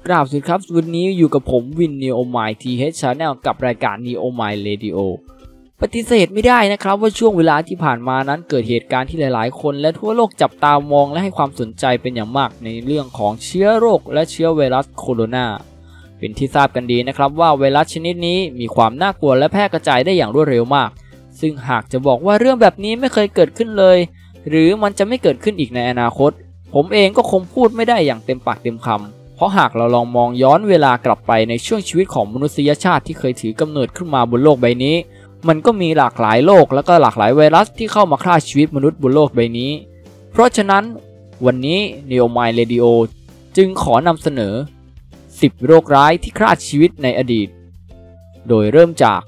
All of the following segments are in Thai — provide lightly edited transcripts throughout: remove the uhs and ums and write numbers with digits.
กราบสวัสดีครับวันนี้อยู่กับผมวิน Neomai TH Channel กับรายการ Neomai Radio ปฏิเสธไม่ได้นะครับว่าช่วงเวลาที่ผ่านมานั้นเกิดเหตุการณ์ที่หลายๆคนและทั่วโลกจับตามองและให้ความสนใจเป็นอย่างมากในเรื่องของเชื้อโรคและเชื้อไวรัสโคโรนาเป็นที่ทราบกันดีนะครับว่าไวรัสชนิดนี้มีความน่ากลัวและแพร่กระจายได้อย่างรวดเร็วมากซึ่งหากจะบอกว่าเรื่องแบบนี้ไม่เคยเกิดขึ้นเลยหรือมันจะไม่เกิดขึ้นอีกในอนาคตผมเองก็คงพูดไม่ได้อย่างเต็มปากเต็มคำเพราะหากเราลองมองย้อนเวลากลับไปในช่วงชีวิตของมนุษยชาติที่เคยถือกำเนิดขึ้นมาบนโลกใบนี้มันก็มีหลากหลายโรคและก็หลากหลายไวรัสที่เข้ามาฆ่าชีวิตมนุษย์บนโลกใบนี้เพราะฉะนั้นวันนี้ Neomai Radio จึงขอนำเสนอ10โรคร้ายที่ฆ่าชีวิตในอดีตโดยเริ่มจาก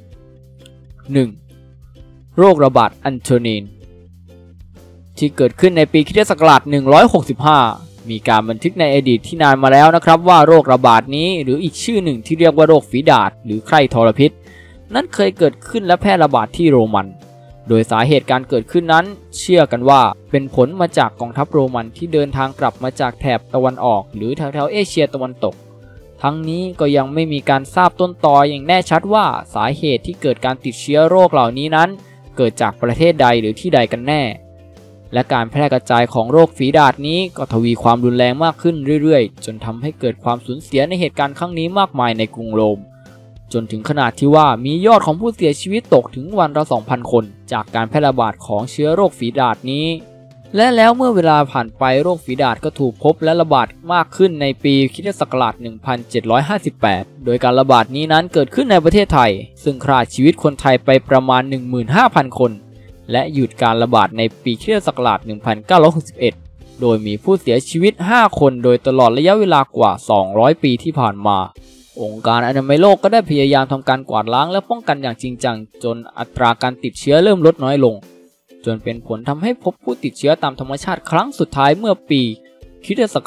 1. โรคระบาดอันโทนีนที่เกิดขึ้นในปีค.ศ. 165มีการบันทึกในอดีตที่นานมาแล้วนะครับว่าโรคระบาดนี้หรืออีกชื่อหนึ่งที่เรียกว่าโรคฝีดาษหรือไข้ทรพิษนั้นเคยเกิดขึ้นและแพร่ระบาดที่โรมันโดยสาเหตุการเกิดขึ้นนั้นเชื่อกันว่าเป็นผลมาจากกองทัพโรมันที่เดินทางกลับมาจากแถบตะวันออกหรือแถวๆเอเชียตะวันตกทั้งนี้ก็ยังไม่มีการทราบต้นตออย่างแน่ชัดว่าสาเหตุที่เกิดการติดเชื้อโรคเหล่านี้นั้นเกิดจากประเทศใดหรือที่ใดกันแน่และการแพร่กระจายของโรคฝีดาษนี้ก็ทวีความรุนแรงมากขึ้นเรื่อยๆจนทำให้เกิดความสูญเสียในเหตุการณ์ครั้งนี้มากมายในกรุงโรมจนถึงขนาดที่ว่ามียอดของผู้เสียชีวิตตกถึงวันละ 2,000 คนจากการแพร่ระบาดของเชื้อโรคฝีดาษนี้และแล้วเมื่อเวลาผ่านไปโรคฝีดาษก็ถูกพบและระบาดมากขึ้นในปีค.ศ. 1758โดยการระบาดนี้นั้นเกิดขึ้นในประเทศไทยซึ่งฆ่าชีวิตคนไทยไปประมาณ 15,000 คนและหยุดการระบาดในปีค.ศ. 1961โดยมีผู้เสียชีวิต5คนโดยตลอดระยะเวลากว่า200ปีที่ผ่านมาองค์การอนามัยโลกก็ได้พยายามทำการกวาดล้างและป้องกันอย่างจริงจังจนอัตราการติดเชื้อเริ่มลดน้อยลงจนเป็นผลทำให้พบผู้ติดเชื้อตามธรรมชาติครั้งสุดท้ายเมื่อปีค.ศ.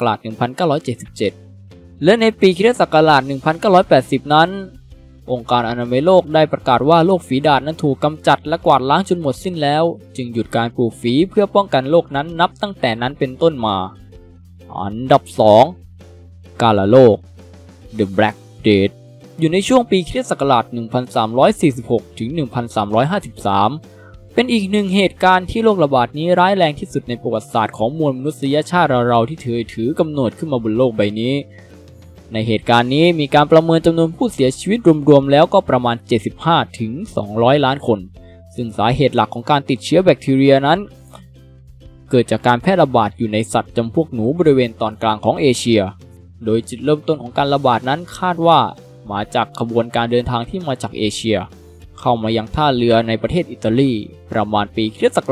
1977และในปีค.ศ. 1980นั้นองค์การอนามัยโลกได้ประกาศว่าโรคฝีดาษนั้นถูกกำจัดและกวาดล้างจนหมดสิ้นแล้วจึงหยุดการปลูกฝีเพื่อป้องกันโรคนั้นนับตั้งแต่นั้นเป็นต้นมาอันดับ 2. กาฬโรค The Black Death อยู่ในช่วงปีค.ศ. 1346 ถึง 1353 เป็นอีกหนึ่งเหตุการณ์ที่โรคระบาดนี้ร้ายแรงที่สุดในประวัติศาสตร์ของมวลมนุษยชาติเราที่ถือกำเนิดขึ้นมาบนโลกใบนี้ในเหตุการณ์นี้มีการประเมินจำนวนผู้เสียชีวิตรวมๆแล้วก็ประมาณ 75 ถึง 200 ล้านคนซึ่งสาเหตุหลักของการติดเชื้อแบคทีเรียนั้นเกิดจากการแพร่ระบาดอยู่ในสัตว์จำพวกหนูบริเวณตอนกลางของเอเชียโดยจุดเริ่มต้นของการระบาดนั้นคาดว่ามาจากขบวนการเดินทางที่มาจากเอเชียเข้ามายังท่าเรือในประเทศอิตาลีประมาณปีค.ศ.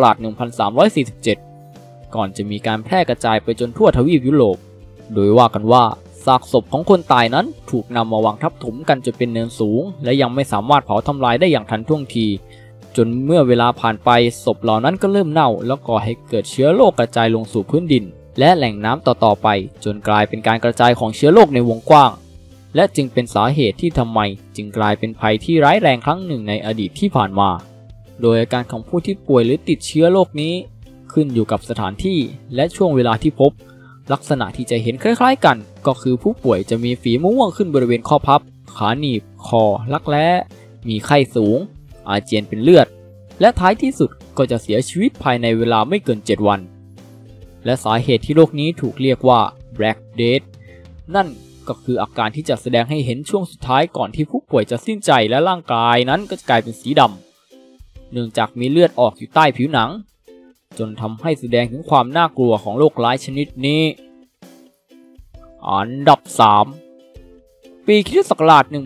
1347ก่อนจะมีการแพร่กระจายไปจนทั่วทวีปยุโรปโดยว่ากันว่าซากศพของคนตายนั้นถูกนำมาวางทับถมกันจนเป็นเนินสูงและยังไม่สามารถเผาทำลายได้อย่างทันท่วงทีจนเมื่อเวลาผ่านไปศพเหล่านั้นก็เริ่มเน่าแล้วก่อให้เกิดเชื้อโรคกระจายลงสู่พื้นดินและแหล่งน้ำต่อไปจนกลายเป็นการกระจายของเชื้อโรคในวงกว้างและจึงเป็นสาเหตุที่ทำไมจึงกลายเป็นภัยที่ร้ายแรงครั้งหนึ่งในอดีตที่ผ่านมาโดยอาการของผู้ที่ป่วยหรือติดเชื้อโรคนี้ขึ้นอยู่กับสถานที่และช่วงเวลาที่พบลักษณะที่จะเห็นคล้ายๆกันก็คือผู้ป่วยจะมีฝีม่วงขึ้นบริเวณข้อพับขาหนีบคอรักแร้มีไข้สูงอาเจียนเป็นเลือดและท้ายที่สุดก็จะเสียชีวิตภายในเวลาไม่เกิน7วันและสาเหตุที่โรคนี้ถูกเรียกว่า Black Death นั่นก็คืออาการที่จะแสดงให้เห็นช่วงสุดท้ายก่อนที่ผู้ป่วยจะสิ้นใจและร่างกายนั้นก็จะกลายเป็นสีดำเนื่องจากมีเลือดออกอยู่ใต้ผิวหนังจนทำให้แสดงถึงความน่ากลัวของโรคร้ายชนิดนี้อันดับ 3. ปีค.ศ.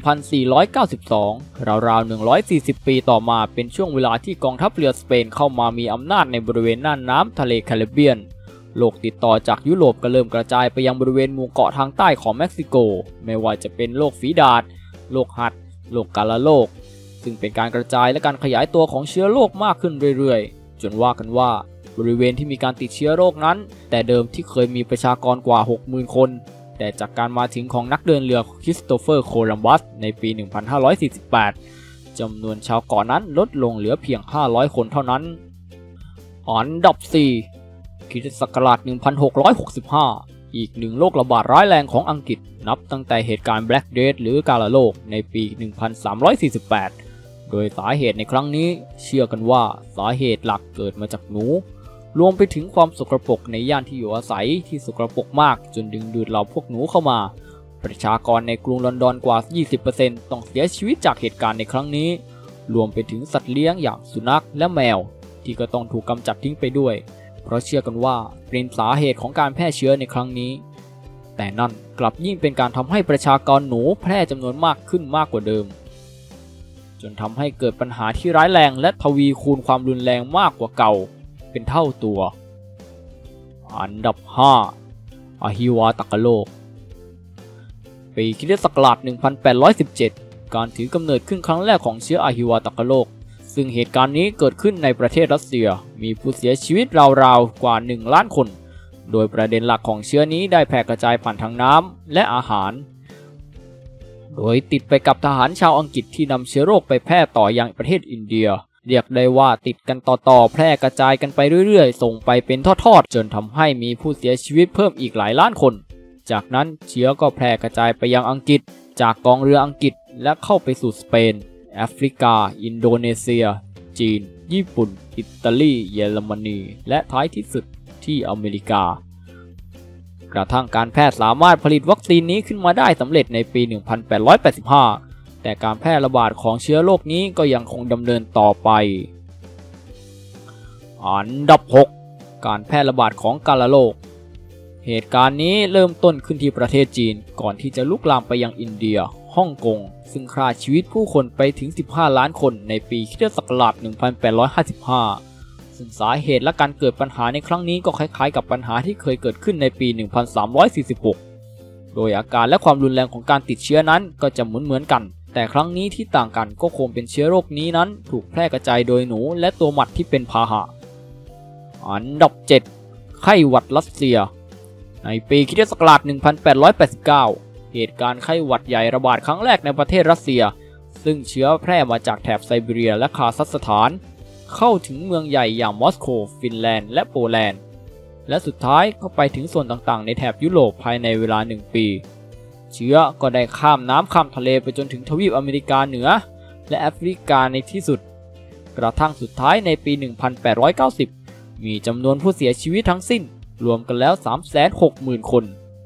1492ราวๆ140ปีต่อมาเป็นช่วงเวลาที่กองทัพเรือสเปนเข้ามามีอำนาจในบริเวณน่านน้ำทะเลแคริบเบียนโรคติดต่อจากยุโรปก็เริ่มกระจายไปยังบริเวณหมู่เกาะทางใต้ของเม็กซิโกไม่ว่าจะเป็นโรคฝีดาษโรคหัดโรคกาฬโรคซึ่งเป็นการกระจายและการขยายตัวของเชื้อโรคมากขึ้นเรื่อยๆจนว่ากันว่าบริเวณที่มีการติดเชื้อโรคนั้นแต่เดิมที่เคยมีประชากรกว่า 60,000 คนแต่จากการมาถึงของนักเดินเรือคริสโตเฟอร์โคลัมบัสในปี 1548 จำนวนชาวเกาะนั้นลดลงเหลือเพียง 500 คนเท่านั้นอันดับ 4 ค.ศ. 1665 อีกหนึ่งโรคระบาดร้ายแรงของอังกฤษนับตั้งแต่เหตุการณ์ Black Death หรือกาฬโรคในปี 1348 โดยสาเหตุในครั้งนี้เชื่อกันว่าสาเหตุหลักเกิดมาจากหนูรวมไปถึงความสกปรกในย่านที่อยู่อาศัยที่สกปรกมากจนดึงดูดเหล่าพวกหนูเข้ามาประชากรในกรุงลอนดอนกว่า 20% ต้องเสียชีวิตจากเหตุการณ์ในครั้งนี้รวมไปถึงสัตว์เลี้ยงอย่างสุนัขและแมวที่ก็ต้องถูกกำจัดทิ้งไปด้วยเพราะเชื่อกันว่าเป็นสาเหตุของการแพร่เชื้อในครั้งนี้แต่นั่นกลับยิ่งเป็นการทำให้ประชากรหนูแพร่จำนวนมากขึ้นมากกว่าเดิมจนทำให้เกิดปัญหาที่ร้ายแรงและทวีคูณความรุนแรงมากกว่าเก่าเป็นเท่าตัวอันดับ 5 อหิวาตกโรคปีคริสต์ศักราช 1817 การถือกำเนิดขึ้นครั้งแรกของเชื้ออหิวาตกโรคซึ่งเหตุการณ์นี้เกิดขึ้นในประเทศรัสเซียมีผู้เสียชีวิตราวๆกว่า 1 ล้านคนโดยประเด็นหลักของเชื้อนี้ได้แพร่กระจายผ่านทางน้ำและอาหารโดยติดไปกับทหารชาวอังกฤษที่นำเชื้อโรคไปแพร่ต่อยังประเทศอินเดียเรียกได้ว่าติดกันต่อแพร่กระจายกันไปเรื่อยๆส่งไปเป็นทอดๆจนทำให้มีผู้เสียชีวิตเพิ่มอีกหลายล้านคนจากนั้นเชื้อก็แพร่กระจายไปยังอังกฤษจากกองเรืออังกฤษและเข้าไปสู่สเปนแอฟริกาอินโดนีเซียจีนญี่ปุ่นอิตาลีเยอรมนีและท้ายที่สุดที่อเมริกากระทั่งการแพทย์สามารถผลิตวัคซีนนี้ขึ้นมาได้สำเร็จในปี 1885 แต่การแพร่ระบาดของเชื้อโรคนี้ก็ยังคงดำเนินต่อไปอันดับ 6 การแพร่ระบาดของกาฬโรคเหตุการณ์นี้เริ่มต้นขึ้นที่ประเทศจีนก่อนที่จะลุกลามไปยังอินเดียฮ่องกงซึ่งฆ่าชีวิตผู้คนไปถึง 15 ล้านคนในปีคริสตศักราช 1855 ซึ่งสาเหตุและการเกิดปัญหาในครั้งนี้ก็คล้ายๆกับปัญหาที่เคยเกิดขึ้นในปี 1346 โดยอาการและความรุนแรงของการติดเชื้อนั้นก็จะเหมือนกันแต่ครั้งนี้ที่ต่างกันก็คงเป็นเชื้อโรคนี้นั้นถูกแพร่กระจายโดยหนูและตัวหมัดที่เป็นพาหะอันดับ 7 ไข้หวัดรัสเซียในปีคริสตศักราช 1889 เหตุการณ์ไข้หวัดใหญ่ระบาดครั้งแรกในประเทศรัสเซียซึ่งเชื้อแพร่มาจากแถบไซบีเรียและคาซัคสถานเข้าถึงเมืองใหญ่อย่างมอสโกฟินแลนด์และโปแลนด์และสุดท้ายก็ไปถึงส่วนต่างๆในแถบยุโรปภายในเวลา1 ปีเชื้อก็ได้ข้ามน้ำข้ามทะเลไปจนถึงทวีปอเมริกาเหนือและแอฟริกาในที่สุดกระทั่งสุดท้ายในปี 1890 มีจำนวนผู้เสียชีวิตทั้งสิ้นรวมกันแล้ว 360,000 คน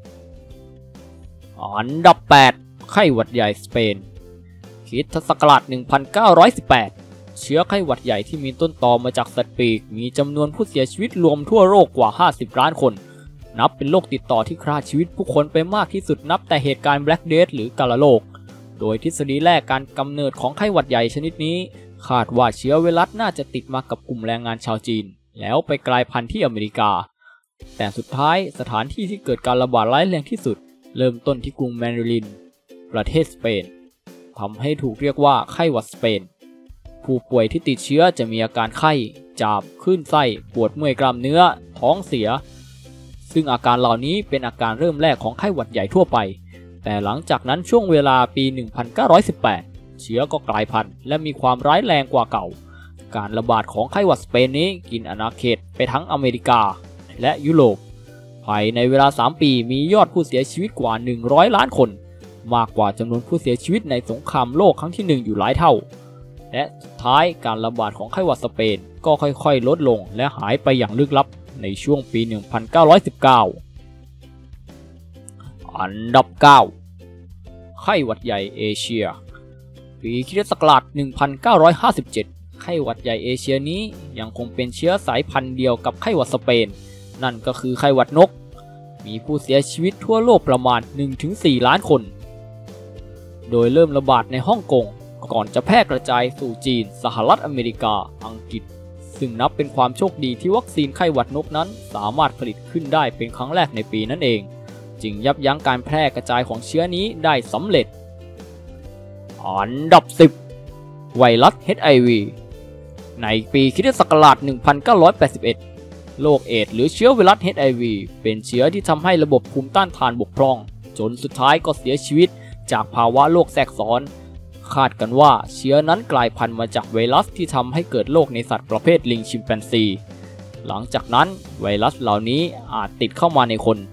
อันดับ 8 ไข้หวัดใหญ่สเปนคริสตศักราช 1918 เชื้อไข้หวัดใหญ่ที่มีต้นตอมาจากสัตว์ปีกมีจำนวนผู้เสียชีวิตรวมทั่วโลกกว่า 50 ล้านคนนับเป็นโรคติดต่อที่ฆ่าชีวิตผู้คนไปมากที่สุดนับแต่เหตุการณ์ Black Death หรือกาฬโรคโดยทฤษฎีแรกการกำเนิดของไข้หวัดใหญ่ชนิดนี้คาดว่าเชื้อไวรัสน่าจะติดมากับกลุ่มแรงงานชาวจีนแล้วไปกลายพันธุ์ที่อเมริกาแต่สุดท้ายสถานที่ที่เกิดการระบาดร้ายแรงที่สุดเริ่มต้นที่กรุงแมดริดประเทศสเปนทำให้ถูกเรียกว่าไข้หวัดสเปนผู้ป่วยที่ติดเชื้อจะมีอาการไข้จามคลื่นไส้ปวดเมื่อยกล้ามเนื้อท้องเสียซึ่งอาการเหล่านี้เป็นอาการเริ่มแรกของไข้หวัดใหญ่ทั่วไปแต่หลังจากนั้นช่วงเวลาปี 1918 เชื้อก็กลายพันธุ์และมีความร้ายแรงกว่าเก่าการระบาดของไข้หวัดสเปนนี้กินอาณาเขตไปทั้งอเมริกาและยุโรปภายในเวลา 3 ปีมียอดผู้เสียชีวิตกว่า 100 ล้านคนมากกว่าจำนวนผู้เสียชีวิตในสงครามโลกครั้งที่ 1 อยู่หลายเท่าและสุดท้ายการระบาดของไข้หวัดสเปนก็ค่อยๆลดลงและหายไปอย่างลึกลับในช่วงปี 1919 อันดับ 9 ไข้หวัดใหญ่เอเชียปีคริสตศักราช 1957 ไข้หวัดใหญ่เอเชียนี้ยังคงเป็นเชื้อสายพันธุ์เดียวกับไข้หวัดสเปนนั่นก็คือไข้หวัดนกมีผู้เสียชีวิตทั่วโลกประมาณ 1-4 ล้านคนโดยเริ่มระบาดในฮ่องกงก่อนจะแพร่กระจายสู่จีนสหรัฐอเมริกาอังกฤษซึ่งนับเป็นความโชคดีที่วัคซีนไข้หวัดนกนั้นสามารถผลิตขึ้นได้เป็นครั้งแรกในปีนั้นเองจึงยับยั้งการแพร่กระจายของเชื้อนี้ได้สำเร็จอันดับ 10 ไวรัส HIV ในปีคริสตศักราช 1981 โรคเอดส์หรือเชื้อไวรัส HIV เป็นเชื้อที่ทำให้ระบบภูมิต้านทานบกพร่องจนสุดท้ายก็เสียชีวิตจากภาวะโรคแทรกซ้อนคาดกันว่าเชื้อนั้นกลายพันธุ์มาจากไวรัสที่ทำให้เกิดโรคในสัตว์ประเภทลิงชิมแปนซีหลังจากนั้นไวรัสเหล่านี้อาจติดเข้ามาในคน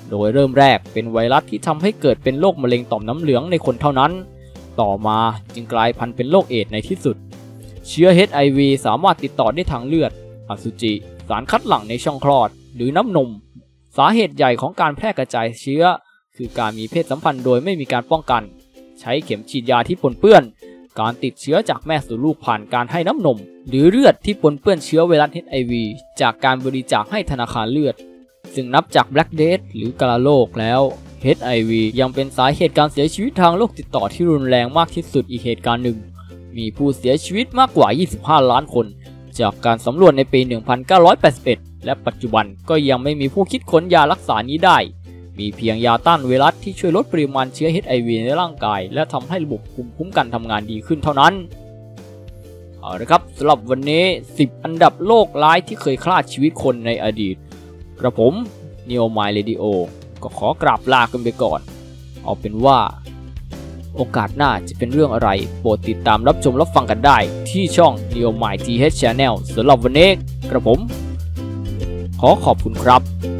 โดยเริ่มแรกเป็นไวรัสที่ทำให้เกิดเป็นโรคมะเร็งต่อมน้ำเหลืองในคนเท่านั้นต่อมาจึงกลายพันธุ์เป็นโรคเอดส์ในที่สุดเชื้อ HIV สามารถติดต่อได้ทางเลือดอสุจิสารคัดหลั่งในช่องคลอดหรือน้ำนมสาเหตุใหญ่ของการแพร่กระจายเชื้อคือการมีเพศสัมพันธ์โดยไม่มีการป้องกันใช้เข็มฉีดยาที่ปนเปื้อนการติดเชื้อจากแม่สู่ลูกผ่านการให้น้ำนมหรือเลือดที่ปนเปื้อนเชื้อไวรัส HIV จากการบริจาคให้ธนาคารเลือดซึ่งนับจาก Black Death หรือกาฬโรคแล้ว HIV ยังเป็นสาเหตุการเสียชีวิตทางโรคติดต่อที่รุนแรงมากที่สุดอีกเหตุการณ์หนึ่งมีผู้เสียชีวิตมากกว่า25ล้านคนจากการสำรวจในปี 1981 และปัจจุบันก็ยังไม่มีผู้คิดค้นยารักษานี้ได้มีเพียงยาต้านไวรัสที่ช่วยลดปริมาณเชื้อ HIV ในร่างกายและทำให้ระบบภูมิคุ้มกันทำงานดีขึ้นเท่านั้นเอาละครับสำหรับวันนี้10อันดับโรคร้ายที่เคยฆ่าชีวิตคนในอดีตกระผม Neo My Radio ก็ขอกราบลากันไปก่อนเอาเป็นว่าโอกาสหน้าจะเป็นเรื่องอะไรโปรดติดตามรับชมรับฟังกันได้ที่ช่อง Neo My TH Channel สำหรับวันนี้กระผมขอขอบคุณครับ